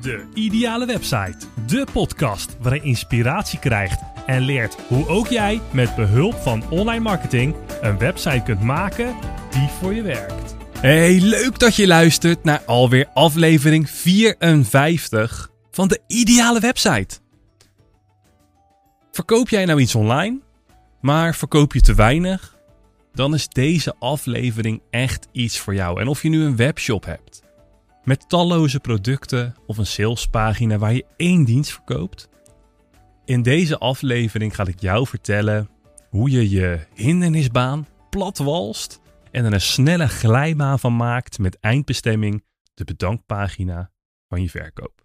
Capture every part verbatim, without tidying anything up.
De Ideale Website. De podcast waarin je inspiratie krijgt en leert hoe ook jij met behulp van online marketing een website kunt maken die voor je werkt. Hey, leuk dat je luistert naar alweer aflevering vierenvijftig van De Ideale Website. Verkoop jij nou iets online, maar verkoop je te weinig? Dan is deze aflevering echt iets voor jou. En of je nu een webshop hebt met talloze producten of een salespagina waar je één dienst verkoopt. In deze aflevering ga ik jou vertellen hoe je je hindernisbaan platwalst en er een snelle glijbaan van maakt met eindbestemming de bedankpagina van je verkoop.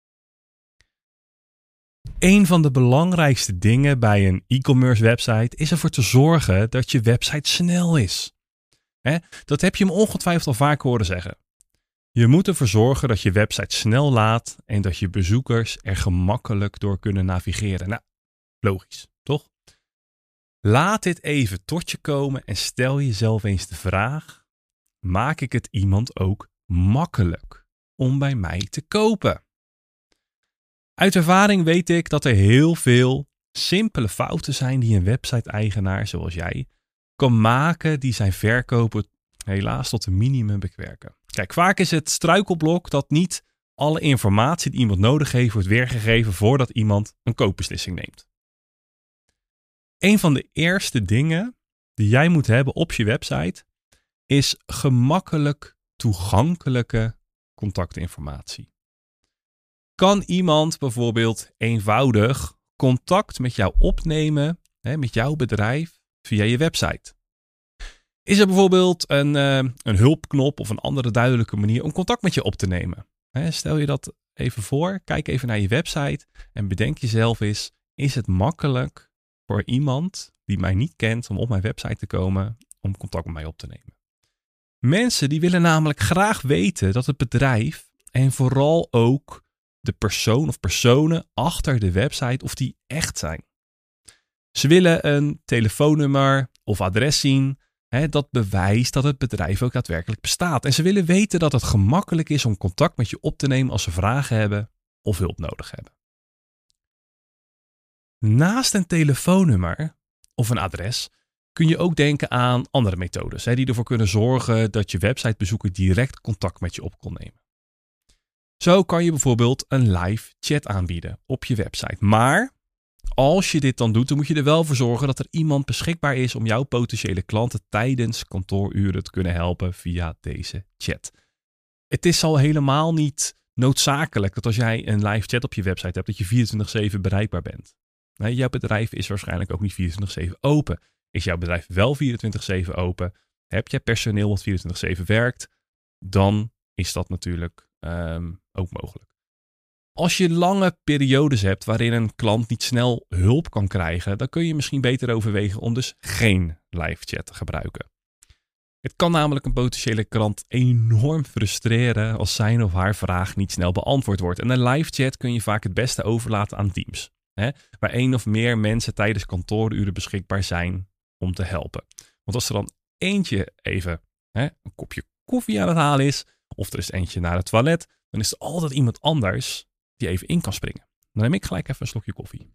Een van de belangrijkste dingen bij een e-commerce website is ervoor te zorgen dat je website snel is. Hè? Dat heb je me ongetwijfeld al vaak horen zeggen. Je moet ervoor zorgen dat je website snel laat en dat je bezoekers er gemakkelijk door kunnen navigeren. Nou, logisch, toch? Laat dit even tot je komen en stel jezelf eens de vraag: maak ik het iemand ook makkelijk om bij mij te kopen? Uit ervaring weet ik dat er heel veel simpele fouten zijn die een website-eigenaar zoals jij kan maken die zijn verkopen helaas tot een minimum beperken. Kijk, vaak is het struikelblok dat niet alle informatie die iemand nodig heeft wordt weergegeven voordat iemand een koopbeslissing neemt. Een van de eerste dingen die jij moet hebben op je website is gemakkelijk toegankelijke contactinformatie. Kan iemand bijvoorbeeld eenvoudig contact met jou opnemen, hè, met jouw bedrijf, via je website? Is er bijvoorbeeld een, uh, een hulpknop of een andere duidelijke manier om contact met je op te nemen? Hè, stel je dat even voor, kijk even naar je website en bedenk jezelf eens, is het makkelijk voor iemand die mij niet kent om op mijn website te komen om contact met mij op te nemen? Mensen die willen namelijk graag weten dat het bedrijf en vooral ook de persoon of personen achter de website of die echt zijn. Ze willen een telefoonnummer of adres zien, hè, dat bewijst dat het bedrijf ook daadwerkelijk bestaat. En ze willen weten dat het gemakkelijk is om contact met je op te nemen als ze vragen hebben of hulp nodig hebben. Naast een telefoonnummer of een adres kun je ook denken aan andere methodes, hè, die ervoor kunnen zorgen dat je websitebezoeker direct contact met je op kon nemen. Zo kan je bijvoorbeeld een live chat aanbieden op je website. Maar als je dit dan doet, dan moet je er wel voor zorgen dat er iemand beschikbaar is om jouw potentiële klanten tijdens kantooruren te kunnen helpen via deze chat. Het is al helemaal niet noodzakelijk dat als jij een live chat op je website hebt, dat je vierentwintig zeven bereikbaar bent. Nee, jouw bedrijf is waarschijnlijk ook niet vierentwintig zeven open. Is jouw bedrijf wel vierentwintig zeven open? Heb jij personeel wat vierentwintig zeven werkt? Dan is dat natuurlijk um, ook mogelijk. Als je lange periodes hebt waarin een klant niet snel hulp kan krijgen, dan kun je misschien beter overwegen om dus geen live chat te gebruiken. Het kan namelijk een potentiële klant enorm frustreren als zijn of haar vraag niet snel beantwoord wordt. En een live chat kun je vaak het beste overlaten aan Teams, hè, waar één of meer mensen tijdens kantooruren beschikbaar zijn om te helpen. Want als er dan eentje even hè, een kopje koffie aan het halen is, of er is eentje naar het toilet, dan is er altijd iemand anders die even in kan springen. Dan neem ik gelijk even een slokje koffie.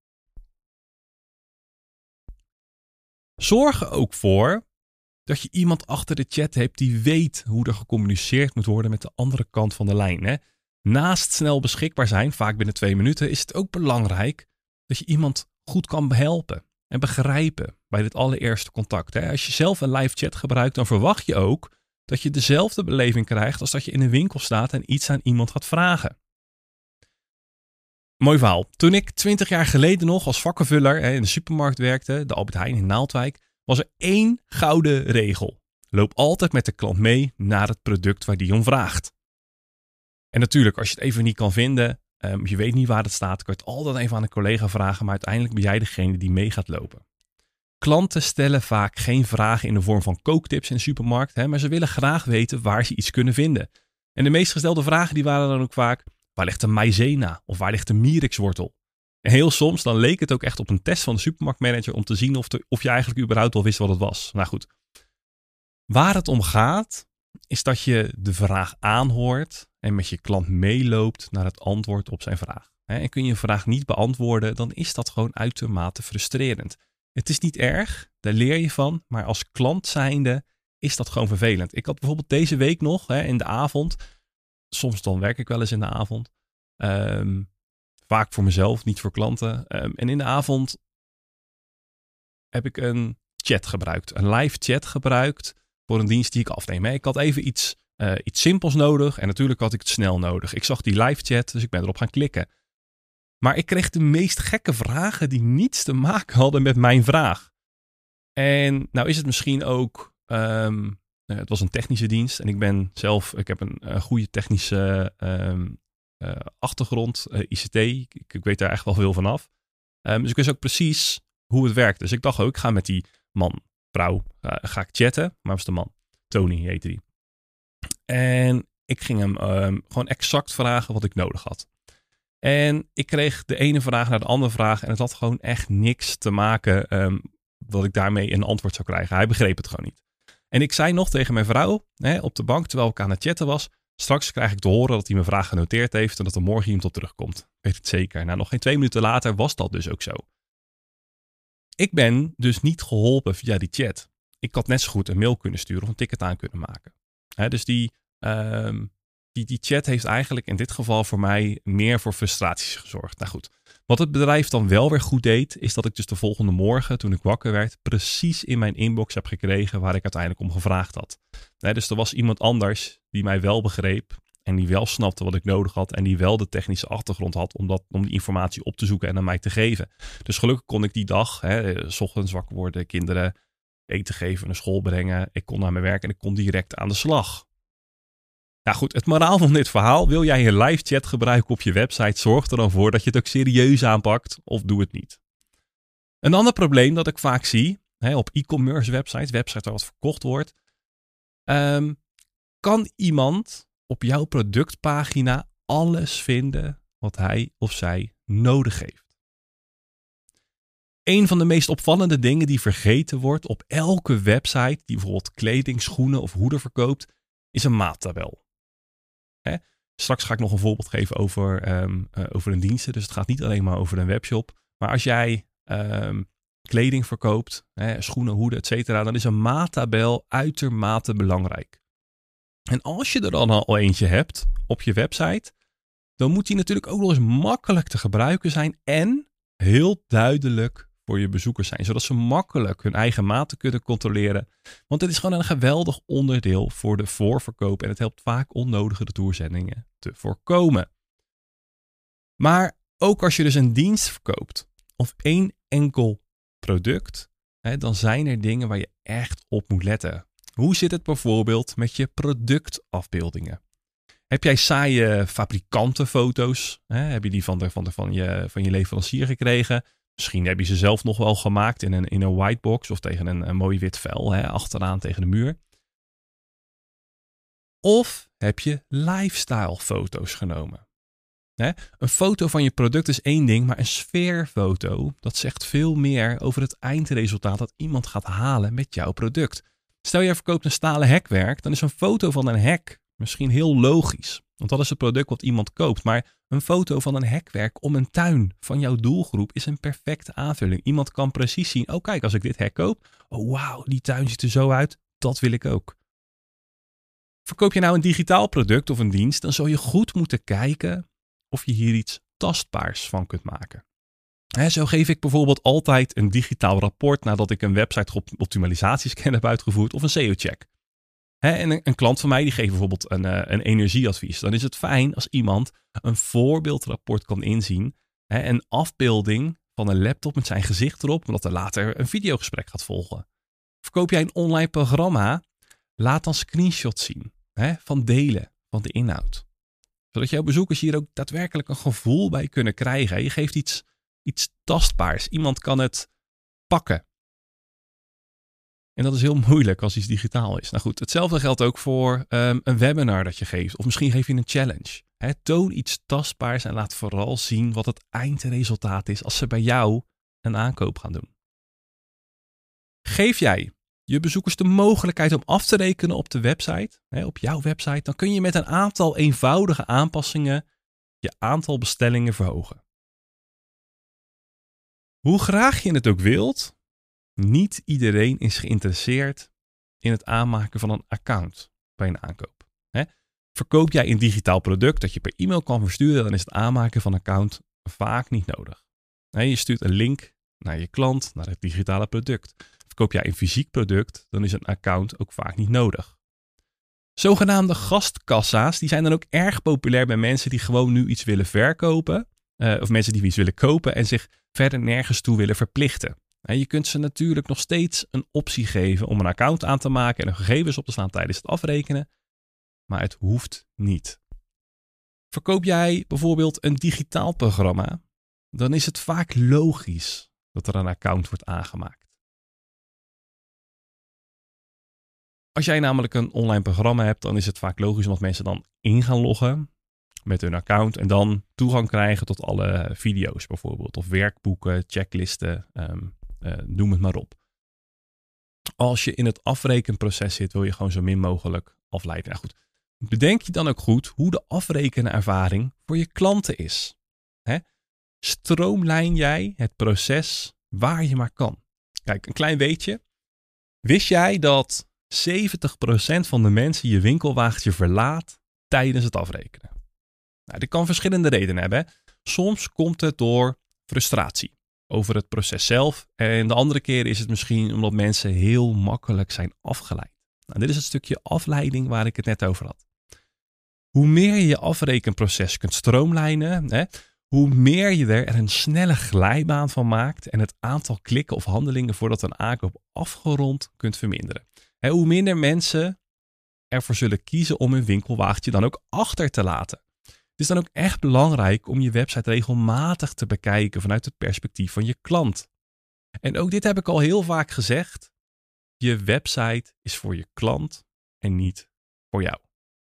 Zorg er ook voor dat je iemand achter de chat hebt die weet hoe er gecommuniceerd moet worden met de andere kant van de lijn. Hè? Naast snel beschikbaar zijn, vaak binnen twee minuten, is het ook belangrijk dat je iemand goed kan helpen en begrijpen bij dit allereerste contact. Hè? Als je zelf een live chat gebruikt, dan verwacht je ook dat je dezelfde beleving krijgt als dat je in een winkel staat en iets aan iemand gaat vragen. Mooi verhaal. Toen ik twintig jaar geleden nog als vakkenvuller in de supermarkt werkte, de Albert Heijn in Naaldwijk, was er één gouden regel. Loop altijd met de klant mee naar het product waar die om vraagt. En natuurlijk, als je het even niet kan vinden, um, je weet niet waar het staat, kun je het altijd even aan een collega vragen, maar uiteindelijk ben jij degene die mee gaat lopen. Klanten stellen vaak geen vragen in de vorm van kooktips in de supermarkt, hè, maar ze willen graag weten waar ze iets kunnen vinden. En de meest gestelde vragen die waren dan ook vaak: waar ligt de maïzena of waar ligt de mierikswortel? En heel soms dan leek het ook echt op een test van de supermarktmanager om te zien of, de, of je eigenlijk überhaupt wel wist wat het was. Nou goed, waar het om gaat is dat je de vraag aanhoort en met je klant meeloopt naar het antwoord op zijn vraag. En kun je een vraag niet beantwoorden, dan is dat gewoon uitermate frustrerend. Het is niet erg, daar leer je van, maar als klant zijnde is dat gewoon vervelend. Ik had bijvoorbeeld deze week nog in de avond, soms dan werk ik wel eens in de avond, um, vaak voor mezelf, niet voor klanten. Um, en in de avond heb ik een chat gebruikt, een live chat gebruikt voor een dienst die ik afneem. Ik had even iets, uh, iets simpels nodig en natuurlijk had ik het snel nodig. Ik zag die live chat, dus ik ben erop gaan klikken. Maar ik kreeg de meest gekke vragen die niets te maken hadden met mijn vraag. En nou is het misschien ook, um, het was een technische dienst en ik ben zelf, ik heb een uh, goede technische um, uh, achtergrond, uh, I C T, ik, ik weet daar echt wel veel van af. Um, dus ik wist ook precies hoe het werkt. Dus ik dacht ook, ik ga met die man, vrouw, uh, ga ik chatten. Maar was de man, Tony heette die. En ik ging hem um, gewoon exact vragen wat ik nodig had. En ik kreeg de ene vraag naar de andere vraag en het had gewoon echt niks te maken um, wat ik daarmee een antwoord zou krijgen. Hij begreep het gewoon niet. En ik zei nog tegen mijn vrouw hè, op de bank terwijl ik aan het chatten was, straks krijg ik te horen dat hij mijn vraag genoteerd heeft en dat er morgen iemand op terugkomt. Ik weet het zeker. Nou, nog geen twee minuten later was dat dus ook zo. Ik ben dus niet geholpen via die chat. Ik had net zo goed een mail kunnen sturen of een ticket aan kunnen maken. Hè, dus die, um, die, die chat heeft eigenlijk in dit geval voor mij meer voor frustraties gezorgd. Nou goed, wat het bedrijf dan wel weer goed deed, is dat ik dus de volgende morgen, toen ik wakker werd, precies in mijn inbox heb gekregen waar ik uiteindelijk om gevraagd had. Hè, dus er was iemand anders die mij wel begreep en die wel snapte wat ik nodig had en die wel de technische achtergrond had om, dat, om die informatie op te zoeken en aan mij te geven. Dus gelukkig kon ik die dag, hè, 's ochtends wakker worden, kinderen eten geven, naar school brengen. Ik kon naar mijn werk en ik kon direct aan de slag. Nou goed, het moraal van dit verhaal. Wil jij een live chat gebruiken op je website? Zorg er dan voor dat je het ook serieus aanpakt of doe het niet. Een ander probleem dat ik vaak zie hè, op e-commerce websites, websites waar wat verkocht wordt. Um, kan iemand op jouw productpagina alles vinden wat hij of zij nodig heeft? Een van de meest opvallende dingen die vergeten wordt op elke website die bijvoorbeeld kleding, schoenen of hoeden verkoopt, is een maattabel. Hè? Straks ga ik nog een voorbeeld geven over, um, uh, over een dienst. Dus het gaat niet alleen maar over een webshop. Maar als jij um, kleding verkoopt, hè, schoenen, hoeden, et cetera, dan is een maattabel uitermate belangrijk. En als je er dan al eentje hebt op je website, dan moet die natuurlijk ook nog eens makkelijk te gebruiken zijn en heel duidelijk voor je bezoekers zijn, zodat ze makkelijk hun eigen maten kunnen controleren. Want het is gewoon een geweldig onderdeel voor de voorverkoop en het helpt vaak onnodige retourzendingen te voorkomen. Maar ook als je dus een dienst verkoopt of één enkel product, hè, dan zijn er dingen waar je echt op moet letten. Hoe zit het bijvoorbeeld met je productafbeeldingen? Heb jij saaie fabrikantenfoto's? Hè? Heb je die van, de, van, de, van, je, van je leverancier gekregen? Misschien heb je ze zelf nog wel gemaakt in een, in een whitebox of tegen een, een mooi wit vel, hè, achteraan tegen de muur. Of heb je lifestyle foto's genomen? Hè? Een foto van je product is één ding, maar een sfeerfoto, dat zegt veel meer over het eindresultaat dat iemand gaat halen met jouw product. Stel jij verkoopt een stalen hekwerk, dan is een foto van een hek misschien heel logisch. Want dat is het product wat iemand koopt. Maar een foto van een hekwerk om een tuin van jouw doelgroep is een perfecte aanvulling. Iemand kan precies zien, oh kijk, als ik dit hek koop, oh wauw, die tuin ziet er zo uit, dat wil ik ook. Verkoop je nou een digitaal product of een dienst, dan zul je goed moeten kijken of je hier iets tastbaars van kunt maken. He, zo geef ik bijvoorbeeld altijd een digitaal rapport nadat ik een website optimalisatiescan heb uitgevoerd of een S E O-check. He, en een, een klant van mij die geeft bijvoorbeeld een, uh, een energieadvies. Dan is het fijn als iemand een voorbeeldrapport kan inzien. He, een afbeelding van een laptop met zijn gezicht erop, omdat er later een videogesprek gaat volgen. Verkoop jij een online programma? Laat dan screenshots zien he, van delen van de inhoud. Zodat jouw bezoekers hier ook daadwerkelijk een gevoel bij kunnen krijgen. Je geeft iets, iets tastbaars. Iemand kan het pakken. En dat is heel moeilijk als iets digitaal is. Nou goed, hetzelfde geldt ook voor um, een webinar dat je geeft. Of misschien geef je een challenge. He, toon iets tastbaars en laat vooral zien wat het eindresultaat is als ze bij jou een aankoop gaan doen. Geef jij je bezoekers de mogelijkheid om af te rekenen op de website, hè, op jouw website, dan kun je met een aantal eenvoudige aanpassingen je aantal bestellingen verhogen. Hoe graag je het ook wilt, niet iedereen is geïnteresseerd in het aanmaken van een account bij een aankoop. Hè? Verkoop jij een digitaal product dat je per e-mail kan versturen, dan is het aanmaken van een account vaak niet nodig. Hè, je stuurt een link naar je klant, naar het digitale product. Verkoop jij een fysiek product, dan is een account ook vaak niet nodig. Zogenaamde gastkassa's, die zijn dan ook erg populair bij mensen die gewoon nu iets willen verkopen. Uh, of mensen die iets willen kopen en zich verder nergens toe willen verplichten. En je kunt ze natuurlijk nog steeds een optie geven om een account aan te maken en hun gegevens op te slaan tijdens het afrekenen. Maar het hoeft niet. Verkoop jij bijvoorbeeld een digitaal programma, dan is het vaak logisch dat er een account wordt aangemaakt. Als jij namelijk een online programma hebt, dan is het vaak logisch omdat mensen dan in gaan loggen met hun account en dan toegang krijgen tot alle video's bijvoorbeeld. Of werkboeken, checklisten, um, uh, noem het maar op. Als je in het afrekenproces zit, wil je gewoon zo min mogelijk afleiden. Nou goed, bedenk je dan ook goed hoe de afrekenervaring voor je klanten is. Hè? Stroomlijn jij het proces waar je maar kan. Kijk, een klein weetje. Wist jij dat zeventig procent van de mensen je winkelwagentje verlaat tijdens het afrekenen? Nou, dit kan verschillende redenen hebben. Hè? Soms komt het door frustratie over het proces zelf. En de andere keer is het misschien omdat mensen heel makkelijk zijn afgeleid. Nou, dit is het stukje afleiding waar ik het net over had. Hoe meer je je afrekenproces kunt stroomlijnen, hè, hoe meer je er een snelle glijbaan van maakt en het aantal klikken of handelingen voordat een aankoop afgerond kunt verminderen. Hè, hoe minder mensen ervoor zullen kiezen om hun winkelwagentje dan ook achter te laten. Het is dan ook echt belangrijk om je website regelmatig te bekijken vanuit het perspectief van je klant. En ook dit heb ik al heel vaak gezegd. Je website is voor je klant en niet voor jou.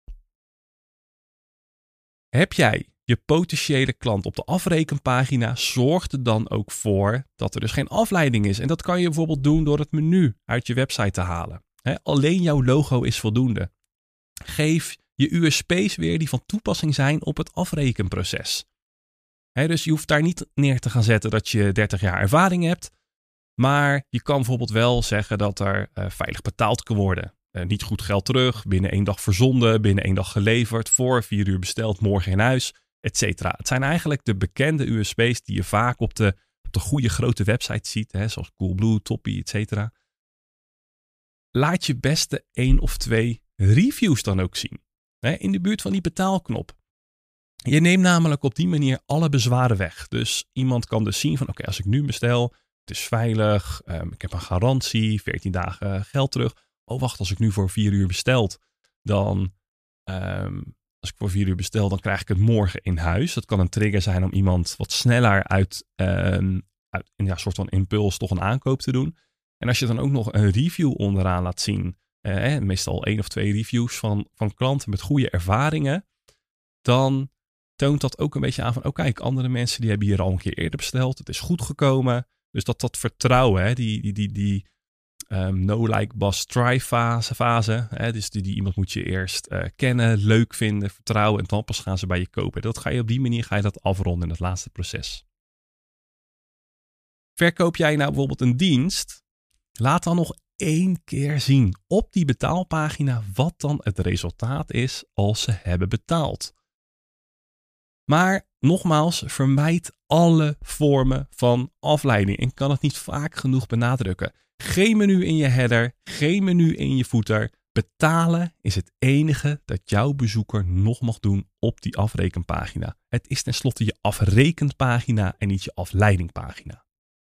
Heb jij je potentiële klant op de afrekenpagina, zorg er dan ook voor dat er dus geen afleiding is. En dat kan je bijvoorbeeld doen door het menu uit je website te halen. He, alleen jouw logo is voldoende. Geef je U S P's weer die van toepassing zijn op het afrekenproces. He, dus je hoeft daar niet neer te gaan zetten dat je dertig jaar ervaring hebt. Maar je kan bijvoorbeeld wel zeggen dat er uh, veilig betaald kan worden. Uh, niet goed geld terug, binnen één dag verzonden, binnen één dag geleverd, voor vier uur besteld, morgen in huis, et cetera. Het zijn eigenlijk de bekende U S P's die je vaak op de, op de goede grote websites ziet, hè, zoals Coolblue, Toppie, et cetera. Laat je beste één of twee reviews dan ook zien. Hè, in de buurt van die betaalknop. Je neemt namelijk op die manier alle bezwaren weg. Dus iemand kan dus zien van oké, okay, als ik nu bestel, het is veilig, um, ik heb een garantie, veertien dagen geld terug. Oh wacht, als ik nu voor vier uur besteld, dan um, als ik voor vier uur bestel, dan krijg ik het morgen in huis. Dat kan een trigger zijn om iemand wat sneller uit, um, uit in een soort van impuls toch een aankoop te doen. En als je dan ook nog een review onderaan laat zien, eh, meestal één of twee reviews van, van klanten met goede ervaringen, dan toont dat ook een beetje aan van, oh kijk, andere mensen die hebben hier al een keer eerder besteld. Het is goed gekomen. Dus dat dat vertrouwen, hè, die, die, die, die um, no like, bust, try fase, fase hè, dus die, die iemand moet je eerst uh, kennen, leuk vinden, vertrouwen en dan pas gaan ze bij je kopen. Dat ga je op die manier ga je dat afronden in het laatste proces. Verkoop jij nou bijvoorbeeld een dienst? Laat dan nog één keer zien op die betaalpagina wat dan het resultaat is als ze hebben betaald. Maar nogmaals, vermijd alle vormen van afleiding. En kan het niet vaak genoeg benadrukken. Geen menu in je header, geen menu in je footer. Betalen is het enige dat jouw bezoeker nog mag doen op die afrekenpagina. Het is tenslotte je afrekenpagina en niet je afleidingpagina.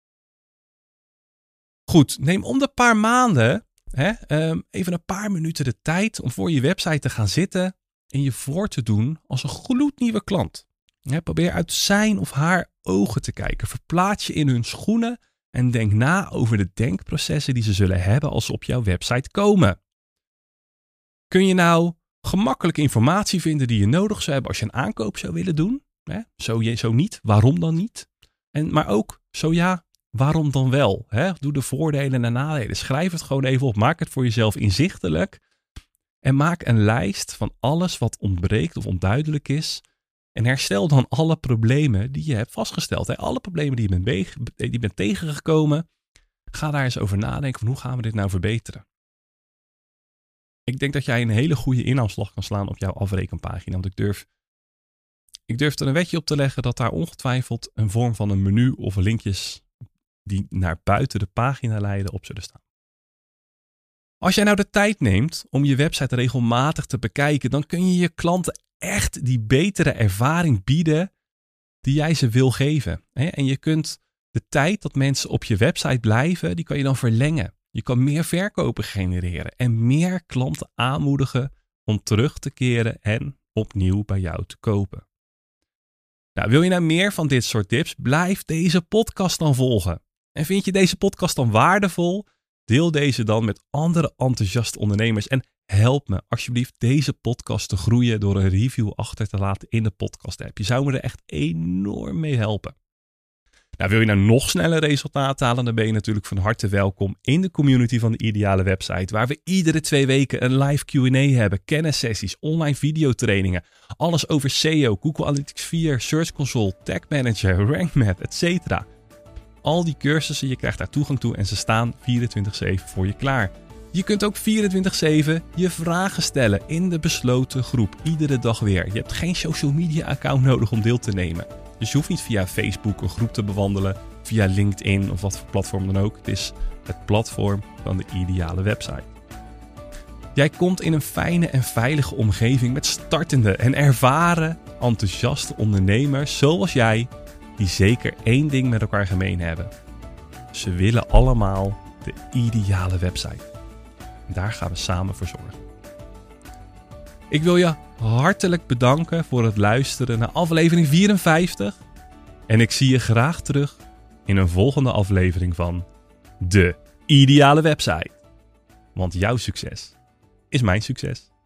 Goed, neem om de paar maanden hè, um, even een paar minuten de tijd om voor je website te gaan zitten en je voor te doen als een gloednieuwe klant. Ja, probeer uit zijn of haar ogen te kijken. Verplaats je in hun schoenen en denk na over de denkprocessen die ze zullen hebben als ze op jouw website komen. Kun je nou gemakkelijk informatie vinden die je nodig zou hebben als je een aankoop zou willen doen? Hè? Zo, zo niet, waarom dan niet? En, maar ook, zo ja, waarom dan wel? Hè? Doe de voordelen en de nadelen. Schrijf het gewoon even op. Maak het voor jezelf inzichtelijk. En maak een lijst van alles wat ontbreekt of onduidelijk is. En herstel dan alle problemen die je hebt vastgesteld. Hè? Alle problemen die je, bent be- die je bent tegengekomen. Ga daar eens over nadenken van hoe gaan we dit nou verbeteren. Ik denk dat jij een hele goede inhaalslag kan slaan op jouw afrekenpagina. Want ik durf, ik durf er een wetje op te leggen dat daar ongetwijfeld een vorm van een menu of linkjes die naar buiten de pagina leiden op zullen staan. Als jij nou de tijd neemt om je website regelmatig te bekijken, dan kun je je klanten echt die betere ervaring bieden die jij ze wil geven. En je kunt de tijd dat mensen op je website blijven, die kan je dan verlengen. Je kan meer verkopen genereren en meer klanten aanmoedigen om terug te keren en opnieuw bij jou te kopen. Nou, wil je nou meer van dit soort tips? Blijf deze podcast dan volgen. En vind je deze podcast dan waardevol? Deel deze dan met andere enthousiaste ondernemers en help me alsjeblieft deze podcast te groeien door een review achter te laten in de podcast app. Je zou me er echt enorm mee helpen. Nou, wil je nou nog sneller resultaten halen, dan ben je natuurlijk van harte welkom in de community van de Ideale Website, waar we iedere twee weken een live Q en A hebben, kennissessies, online videotrainingen, alles over S E O, Google Analytics vier, Search Console, Tag Manager, Rank Math, et cetera. Al die cursussen, je krijgt daar toegang toe en ze staan vierentwintig zeven voor je klaar. Je kunt ook vierentwintig zeven je vragen stellen in de besloten groep, iedere dag weer. Je hebt geen social media account nodig om deel te nemen. Dus je hoeft niet via Facebook een groep te bewandelen, via LinkedIn of wat voor platform dan ook. Het is het platform van de Ideale Website. Jij komt in een fijne en veilige omgeving met startende en ervaren, enthousiaste ondernemers zoals jij, die zeker één ding met elkaar gemeen hebben. Ze willen allemaal de ideale website. En daar gaan we samen voor zorgen. Ik wil je hartelijk bedanken voor het luisteren naar aflevering vierenvijftig. En ik zie je graag terug in een volgende aflevering van De Ideale Website. Want jouw succes is mijn succes.